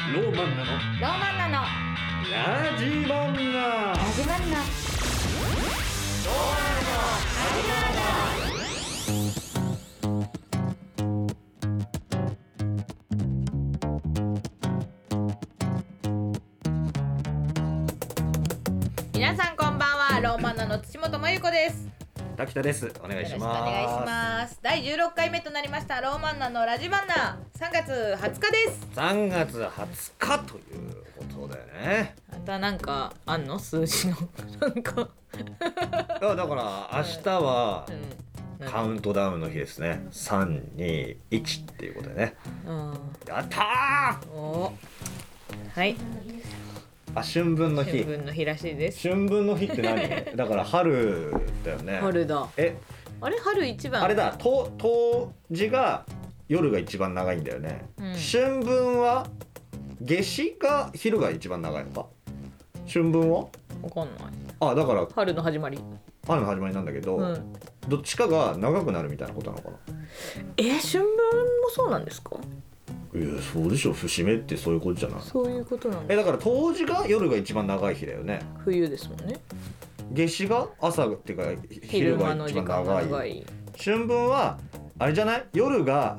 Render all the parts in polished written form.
ローマンナのローマンナのラジマンナ。 始まんな。皆さんこんばんは。ローマンナの土本真由子です。 滝田です。お願いします。 よろしくお願いします。第16回目となりましたローマンナのラジマンナ、3月20日です。 3月20日ということでね。 またなんかあんの数字のなんかだから明日はカウントダウンの日ですね。3、2、1っていうことでね。やったー。 おはい。 春分の日。 春分の日らしいです。 春分の日って何？だから春だよね。 春だ。 あれ春一番。 あれだ。冬至が夜が一番長いんだよね。春分は夏至が昼が一番長いのか。春分は？ わかんない。 だから春の始まり。 春の始まりなんだけど、どっちかが長くなるみたいなことなのかな。 春分もそうなんですか？ いや、そうでしょ。節目ってそういうことじゃない。 そういうことなの。 だから冬至が夜が一番長い日だよね。 冬ですもんね。 夏至が朝っていうか昼が一番長い。春分はあれじゃない？昼が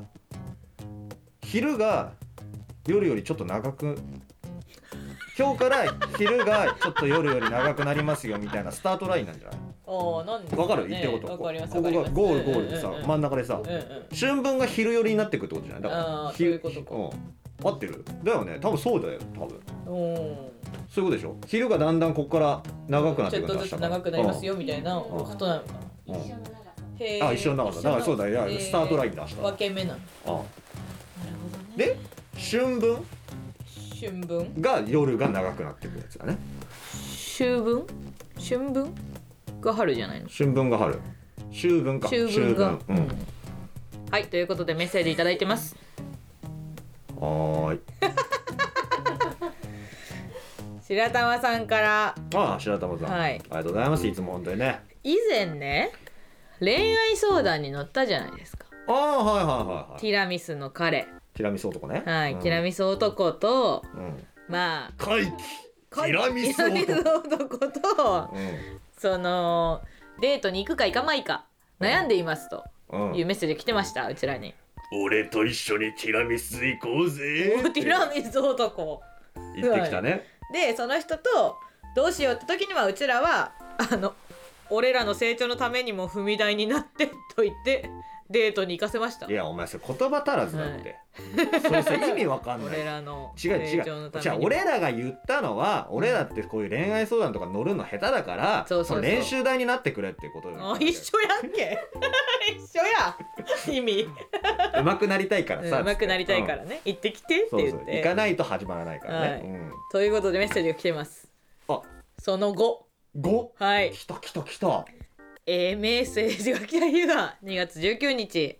夜よりちょっと長く、今日から昼がちょっと夜より長くなりますよみたいなスタートラインなんじゃない？ なんでわかる？言ってること。 わかります。 ここがゴールでさ、真ん中でさ、春分が昼寄りになってくってことじゃない？だからそういうことか。 合ってる？だよね。多分そうだよ。多分そういうことでしょ。昼がだんだんここから長くなってくるんだ。 ちょっとずつ長くなりますよみたいなことなのかな。 一緒の長さ。だからそうだよ。スタートラインだした。 分け目なの。なるほどね。 で、春分が夜が長くなってくるやつだね。春分が春じゃないの？春分が春。秋分か。秋分が。 はい、ということでメッセージいただいてます。 はーい。 白玉さんから。 白玉さん。 はい。 ありがとうございます。いつも本当にね。 以前ね、恋愛相談に乗ったじゃないですか。 はい。 ティラミスの彼。 ティラミス男ね。 はい、ティラミス男と、まあ怪奇ティラミス男と、そのデートに行くか行かないか悩んでいますというメッセージが来てました。うちらに。 俺と一緒にティラミス行こうぜ。 ティラミス男行ってきたね。 でその人とどうしようって時にはうちらは俺らの成長のためにも踏み台になってと言ってデートに行かせました。 いやお前それ言葉足らずだって、それさ意味わかんない。 俺らの成長のために。違う俺らが言ったのは、俺らってこういう恋愛相談とか乗るの下手だから、その練習台になってくれってことよ。 一緒やんけ一緒や意味上手くなりたいからさ、 上手くなりたいからね、行ってきてって言って、 行かないと始まらないからね。 ということでメッセージが来てます。その後はい、 来たメッセージが来た日が2月19日。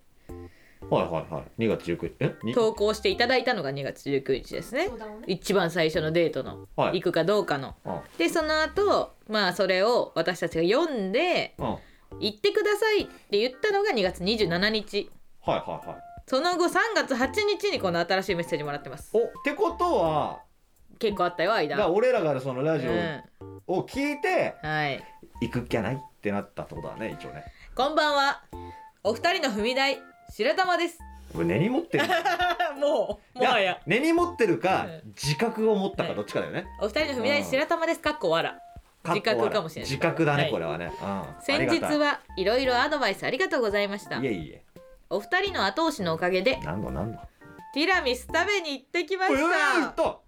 2月19日投稿していただいたのが2月19日ですね。一番最初のデートの、行くかどうかの。でその後それを私たちが読んで、行ってくださいって言ったのが2月27日。その後3月8日にこの新しいメッセージもらってます。 ってことは結構あったよ間。 俺らがそのラジオを聞いて、行くっきゃないってなったってことだね、一応ね。 こんばんは、お二人の踏み台白玉です。 これ根に持ってるもはや根に持ってるか、自覚を持ったかどっちかだよね。 お二人の踏み台白玉ですかっこわら。自覚かもしれない。 自覚だね、これはね。 先日はいろいろアドバイスありがとうございました。 いえお二人の後押しのおかげでなんだティラミス食べに行ってきました。 行った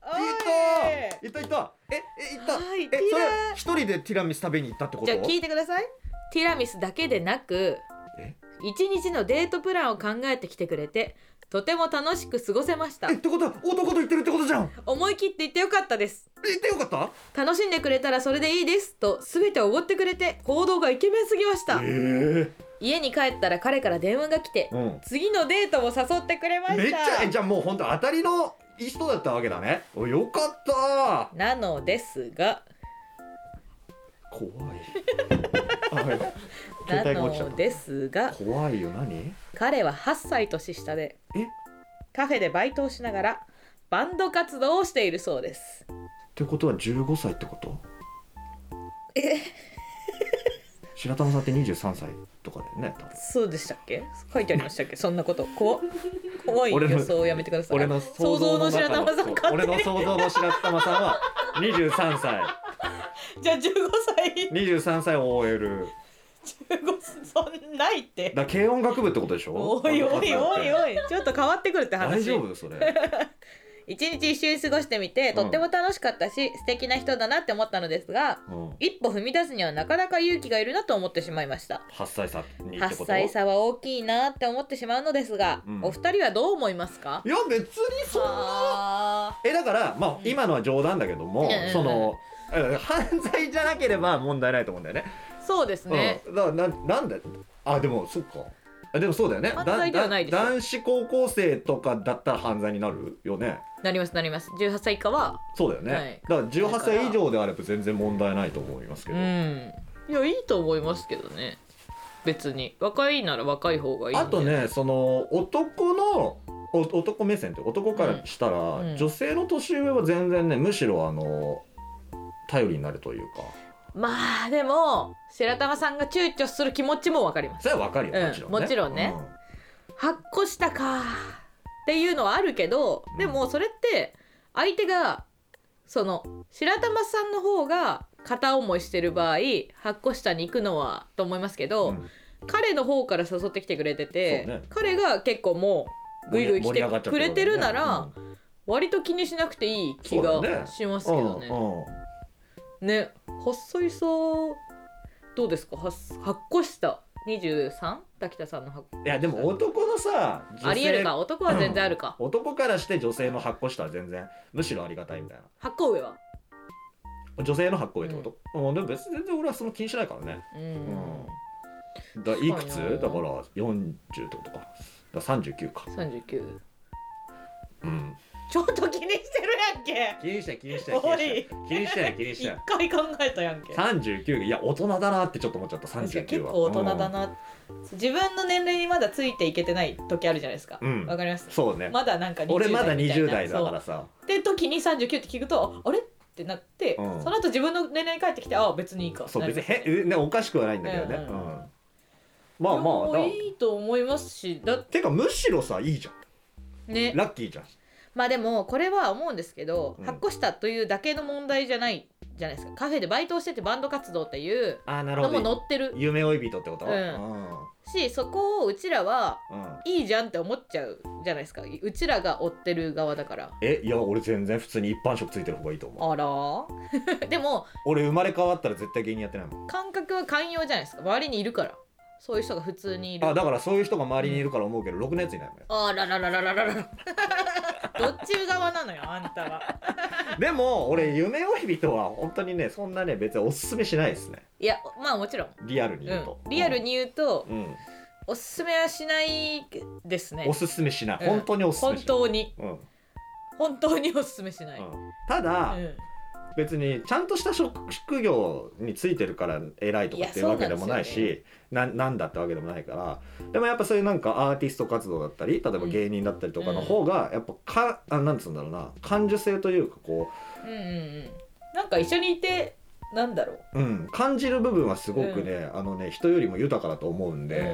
それ一人でティラミス食べに行ったってこと？ じゃあ聞いてください。ティラミスだけでなく一日のデートプランを考えてきてくれてとても楽しく過ごせました。 ってことは男と言ってるってことじゃん。 思い切って言ってよかったです。 言ってよかった？ 楽しんでくれたらそれでいいですと全ておごってくれて行動がイケメンすぎました。家に帰ったら彼から電話が来て、次のデートも誘ってくれました。めっちゃじゃあもう本当当たりのいい人だったわけだね。よかった。 なのですが怖いなのですが怖いよ。何？ 彼は8歳年下でカフェでバイトをしながらバンド活動をしているそうです。 ってことは15歳ってこと？白玉さんって23歳とかだよね。 そうでしたっけ？書いてありましたっけ？そんなこと怖い予想をやめてください。 俺の想像の白玉さん、俺の想像の白玉さんは23歳じゃあ15歳 23歳 OL そんないってだ。軽音楽部ってことでしょ。 おいちょっと変わってくるって話。 大丈夫それ一日一緒に過ごしてみてとっても楽しかったし、素敵な人だなって思ったのですが、一歩踏み出すにはなかなか勇気がいるなと思ってしまいました。 8歳差にってこと？ 8 歳差は大きいなって思ってしまうのですが、お二人はどう思いますか？ いや別にそんなだからまあ今のは冗談だけども、その犯罪じゃなければ問題ないと思うんだよね。 そうですね、 だからなんででもそっか。でもそうだよね。 犯罪ではないでしょ。 男子高校生とかだったら犯罪になるよね。 なります。18歳以下はそうだよね、はい、だから18歳以上であれば全然問題ないと思いますけど、いやいいと思いますけどね。別に若いなら若い方がいい。 あとね、その男目線って男からしたら、女性の年上は全然ね、むしろ頼りになるというか。 まあでも白玉さんが躊躇する気持ちも分かります。 それは分かるよ、 もちろんね、8個下かっていうのはあるけど、でもそれって相手がその白玉さんの方が片思いしてる場合8個下に行くのはと思いますけど、彼の方から誘ってきてくれてて、彼が結構もうグイグイ来てくれてるなら割と気にしなくていい気がしますけどね。ね、細いそう。どうですか8個下 23？ 滝田さんの8個下。 いやでも男のさありえるか。男は全然あるか、 男からして女性の8個下は全然むしろありがたいみたいな。 8個上は女性の8個上ってこと？でも別に全然俺はその気にしないからね。だいくつだから40ってことか。だ39か。 39。ちょっと気にしてるやんけ。 気にして一回考えたやんけ。 39、いや大人だなってちょっと思っちゃった。39は結構大人だな、自分の年齢にまだついていけてない時あるじゃないですか。わかります。 そうね。 まだなんか20代俺まだ20代だからさって時に39って聞くとあれってなって、その後自分の年齢に帰ってきて別にいいか。 そう別におかしくはないんだけどね。まあいいと思いますし。 てかむしろさいいじゃんね。ラッキーじゃん。 まあでもこれは思うんですけど、8個下というだけの問題じゃないじゃないですか。カフェでバイトをしててバンド活動っていうのも載ってる。 夢追い人ってこと？ し、そこをうちらはいいじゃんって思っちゃうじゃないですか。うちらが追ってる側だから。 いや俺全然普通に一般職ついてる方がいいと思う。 あらでも俺生まれ変わったら絶対芸人やってないもん。 感覚は寛容じゃないですか。周りにいるから。そういう人が普通にいる。 だからそういう人が周りにいるから思うけど、ろくなやついないもんよ。 あらららららららどっち側なのよあんたはでも俺夢追い人は本当にねそんなね別におすすめしないですね。 いやまあもちろんリアルに言うと、 リアルに言うと、おすすめはしないですね。 おすすめしない、本当におすすめしない。 本当におすすめしない、 ただ、別にちゃんとした職業についてるから偉いとかっていうわけでもないし、なんだってわけでもないから。でもやっぱそういうなんかアーティスト活動だったり例えば芸人だったりとかの方がやっぱなんつうんだろうな、感受性というかこうなんか一緒にいてなんだろう、感じる部分はすごくね、人よりも豊かだと思うんで、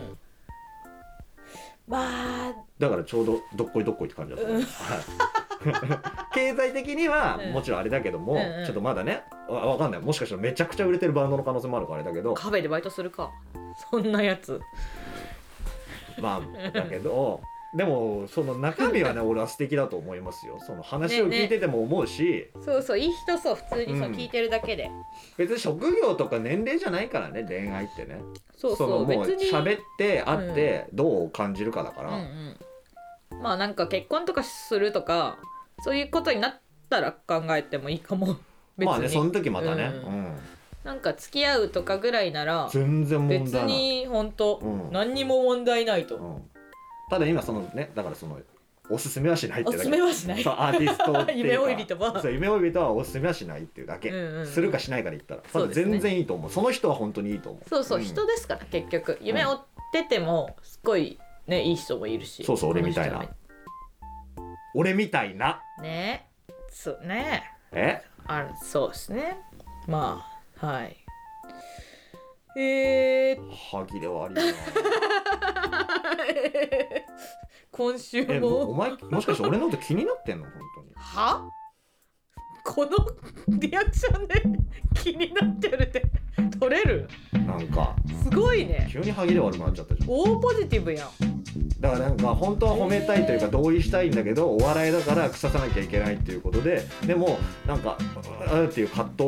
まあだからちょうどどっこいどっこいって感じだと思います。経済的にはもちろんあれだけども、ちょっとまだねわかんない。もしかしたらめちゃくちゃ売れてるバンドの可能性もあるからあれだけど、 カフェでバイトするかそんなやつ。 まあだけどでもその中身はね俺は素敵だと思いますよ。その話を聞いてても思うし、 そういい人そう普通にそう聞いてるだけで、 別に職業とか年齢じゃないからね恋愛ってね。 そうもう喋って会ってどう感じるかだから、まあなんか結婚とかするとかそういうことになったら考えてもいいかも。別にまあねその時またね、 なんか付き合うとかぐらいなら全然問題ない。 別に本当、何にも問題ないと、 ただ今そのねだからそのおすすめはしないってだけ。 おすすめはしない。 そうアーティストっていうか夢追い人は夢追い人はおすすめはしないっていうだけ、するかしないかで言ったら、ただ全然いいと思う。その人は本当にいいと思う。 そう、人ですから結局夢追っててもすごいねいい人もいるし。 そう俺みたいな俺みたいなね。そうね。そうですね。まあはい歯切れ悪いな今週もお前もしかして俺のこと気になってんの本当にはこのリアクションで気になってるって取れるなんかすごいね急に歯切れ悪くなっちゃったじゃん大ポジティブやんだからなんか本当は褒めたいというか同意したいんだけどお笑いだから腐さなきゃいけないっていうことででもなんかっていう葛藤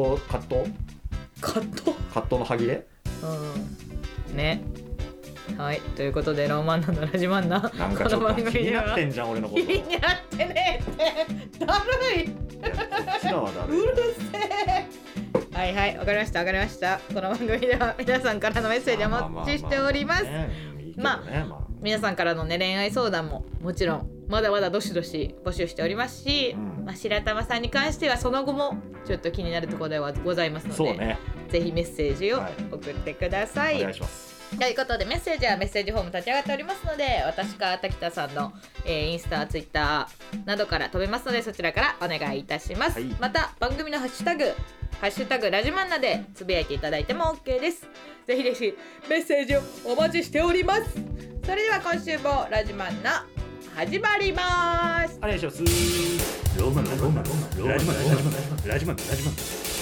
の歯切れうんねはいということでローマンナのラジマンナなんかちょっと気になってんじゃん俺のこと気になってねってだるいうるせえはいはいわかりましたこの番組では皆さんからのメッセージをお待ちしております皆さんからのね恋愛相談ももちろんまだまだどしどし募集しておりますし、白玉さんに関してはその後もちょっと気になるところではございますので、ぜひメッセージを送ってください、 お願いしますということでメッセージはメッセージフォーム立ち上がっておりますので私か滝田さんの、インスタツイッターなどから飛べますのでそちらからお願いいたします、また番組のハッシュタグラジマンナでつぶやいていただいても OK です。ぜひぜひメッセージをお待ちしております。それでは今週もラジマンナ始まります。 お願いします。ローマンナラジマンナ